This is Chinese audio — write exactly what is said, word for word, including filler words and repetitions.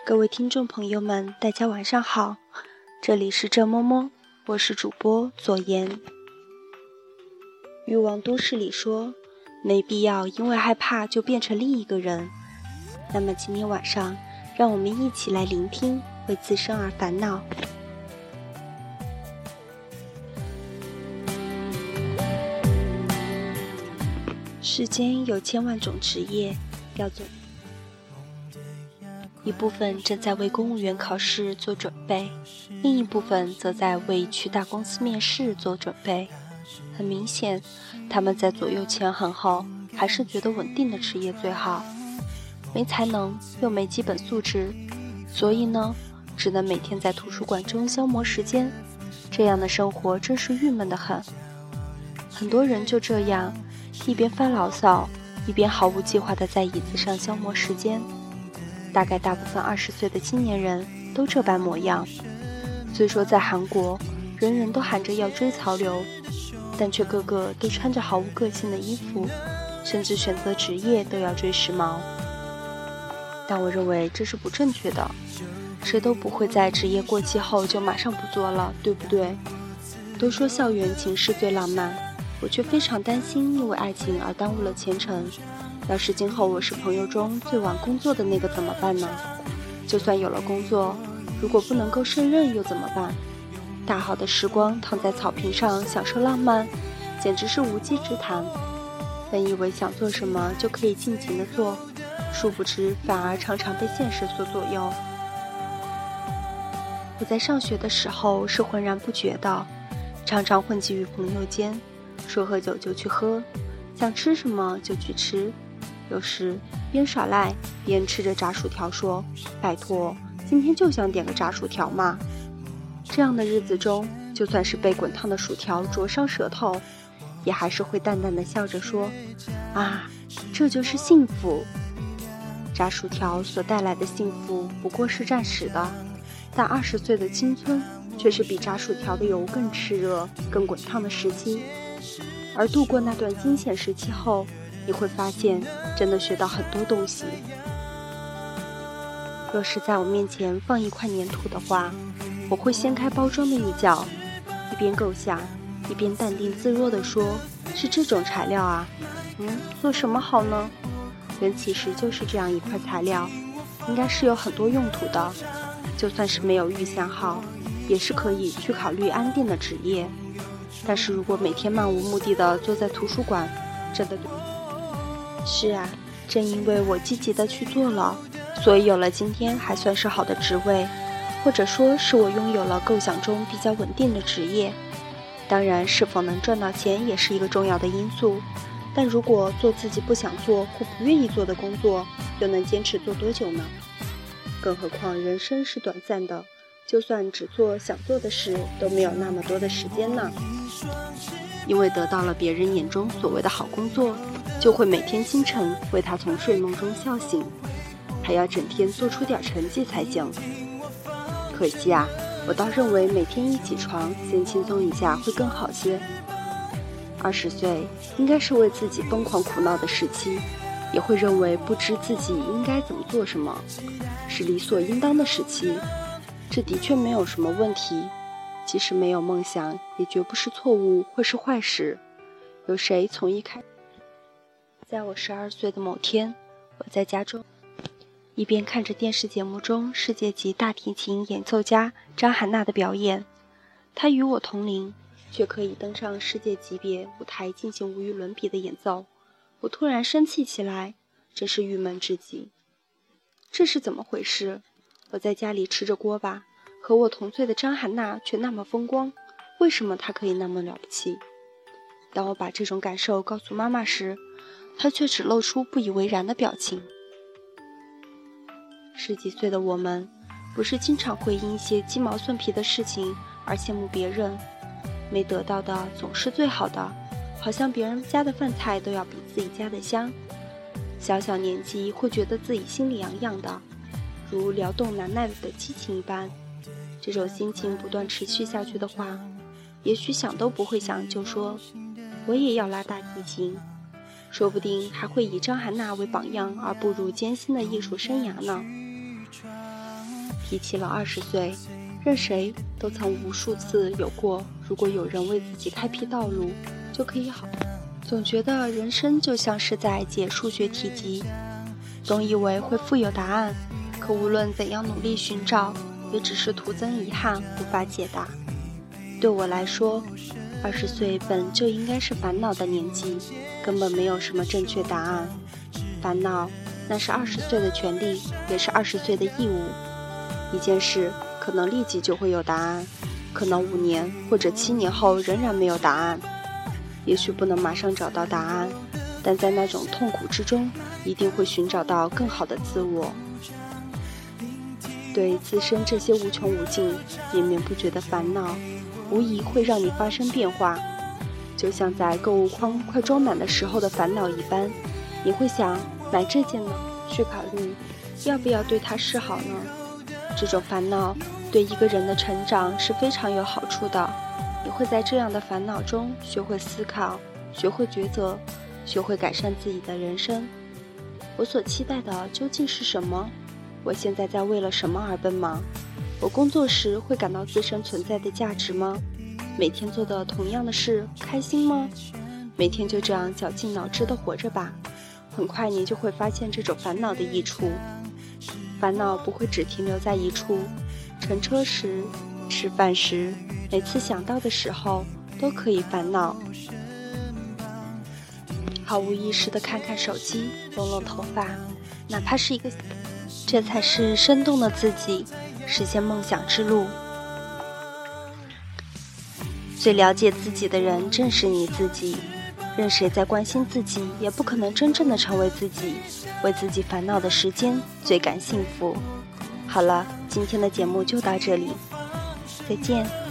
各位听众朋友们，大家晚上好，这里是郑摸摸，我是主播左言。欲望都市里说，没必要因为害怕就变成另一个人。那么今天晚上，让我们一起来聆听，为自身而烦恼。世间有千万种职业，要做一部分正在为公务员考试做准备，另一部分则在为去大公司面试做准备。很明显，他们在左右权衡后，还是觉得稳定的职业最好。没才能又没基本素质，所以呢，只能每天在图书馆中消磨时间。这样的生活真是郁闷得很。很多人就这样一边发牢骚，一边毫无计划地在椅子上消磨时间。大概大部分二十岁的青年人都这般模样。虽说在韩国，人人都喊着要追潮流，但却个个都穿着毫无个性的衣服，甚至选择职业都要追时髦。但我认为这是不正确的，谁都不会在职业过期后就马上不做了，对不对？都说校园情事最浪漫，我却非常担心因为爱情而耽误了前程。要是今后我是朋友中最晚工作的那个怎么办呢？就算有了工作，如果不能够胜任又怎么办？大好的时光躺在草坪上享受浪漫，简直是无稽之谈。本以为想做什么就可以尽情地做，殊不知反而常常被现实所左右。我在上学的时候是浑然不觉的，常常混迹于朋友间，说喝酒就去喝，想吃什么就去吃。有时边耍赖边吃着炸薯条说，拜托，今天就想点个炸薯条嘛。这样的日子中，就算是被滚烫的薯条灼伤舌头，也还是会淡淡的笑着说，啊，这就是幸福。炸薯条所带来的幸福不过是暂时的，但二十岁的青春却是比炸薯条的油更炽热更滚烫的时期。而度过那段惊险时期后，你会发现真的学到很多东西。若是在我面前放一块粘土的话，我会掀开包装的一角，一边构想一边淡定自若地说，是这种材料啊，嗯，做什么好呢？人其实就是这样一块材料，应该是有很多用途的，就算是没有预想好，也是可以去考虑安定的职业。但是如果每天漫无目的地坐在图书馆，真的是啊，正因为我积极地去做了，所以有了今天还算是好的职位，或者说是我拥有了构想中比较稳定的职业。当然，是否能赚到钱也是一个重要的因素，但如果做自己不想做或不愿意做的工作，又能坚持做多久呢？更何况人生是短暂的，就算只做想做的事，都没有那么多的时间呢。因为得到了别人眼中所谓的好工作，就会每天清晨为他从睡梦中笑醒，还要整天做出点成绩才行。可惜啊，我倒认为每天一起床先轻松一下会更好些。二十岁应该是为自己疯狂苦恼的时期，也会认为不知自己应该怎么做什么是理所应当的时期，这的确没有什么问题。即使没有梦想，也绝不是错误或是坏事。有谁从一开始？在我十二岁的某天，我在家中一边看着电视节目中世界级大提琴演奏家张涵娜的表演，她与我同龄，却可以登上世界级别舞台进行无与伦比的演奏。我突然生气起来，真是郁闷至极。这是怎么回事？我在家里吃着锅巴，和我同岁的张涵娜却那么风光，为什么她可以那么了不起？当我把这种感受告诉妈妈时，她却只露出不以为然的表情。十几岁的我们，不是经常会因一些鸡毛蒜皮的事情而羡慕别人，没得到的总是最好的，好像别人家的饭菜都要比自己家的香。小小年纪会觉得自己心里痒痒的，如撩动难耐的激情一般。这种心情不断持续下去的话，也许想都不会想就说我也要拉大提琴，说不定还会以张涵娜为榜样而步入艰辛的艺术生涯呢。 提起了二十岁，任谁都曾无数次有过，如果有人为自己开辟道路，就可以好。总觉得人生就像是在解数学题集，总以为会富有答案，可无论怎样努力寻找，也只是徒增遗憾，无法解答。对我来说，二十岁本就应该是烦恼的年纪，根本没有什么正确答案。烦恼，那是二十岁的权利，也是二十岁的义务。一件事可能立即就会有答案，可能五年或者七年后仍然没有答案。也许不能马上找到答案，但在那种痛苦之中，一定会寻找到更好的自我。对自身这些无穷无尽、连绵不绝的烦恼，无疑会让你发生变化。就像在购物筐快装满的时候的烦恼一般，你会想买这件呢，去考虑要不要对它示好呢。这种烦恼对一个人的成长是非常有好处的。你会在这样的烦恼中学会思考，学会抉择，学会改善自己的人生。我所期待的究竟是什么？我现在在为了什么而奔忙？我工作时会感到自身存在的价值吗？每天做的同样的事，开心吗？每天就这样绞尽脑汁地活着吧。很快你就会发现这种烦恼的益处。烦恼不会只停留在一处，乘车时、吃饭时，每次想到的时候都可以烦恼。毫无意识地看看手机，拢拢头发，哪怕是一个，这才是生动的自己，实现梦想之路。最了解自己的人正是你自己，任谁在关心自己，也不可能真正的成为自己。为自己烦恼的时间最感幸福。好了，今天的节目就到这里，再见。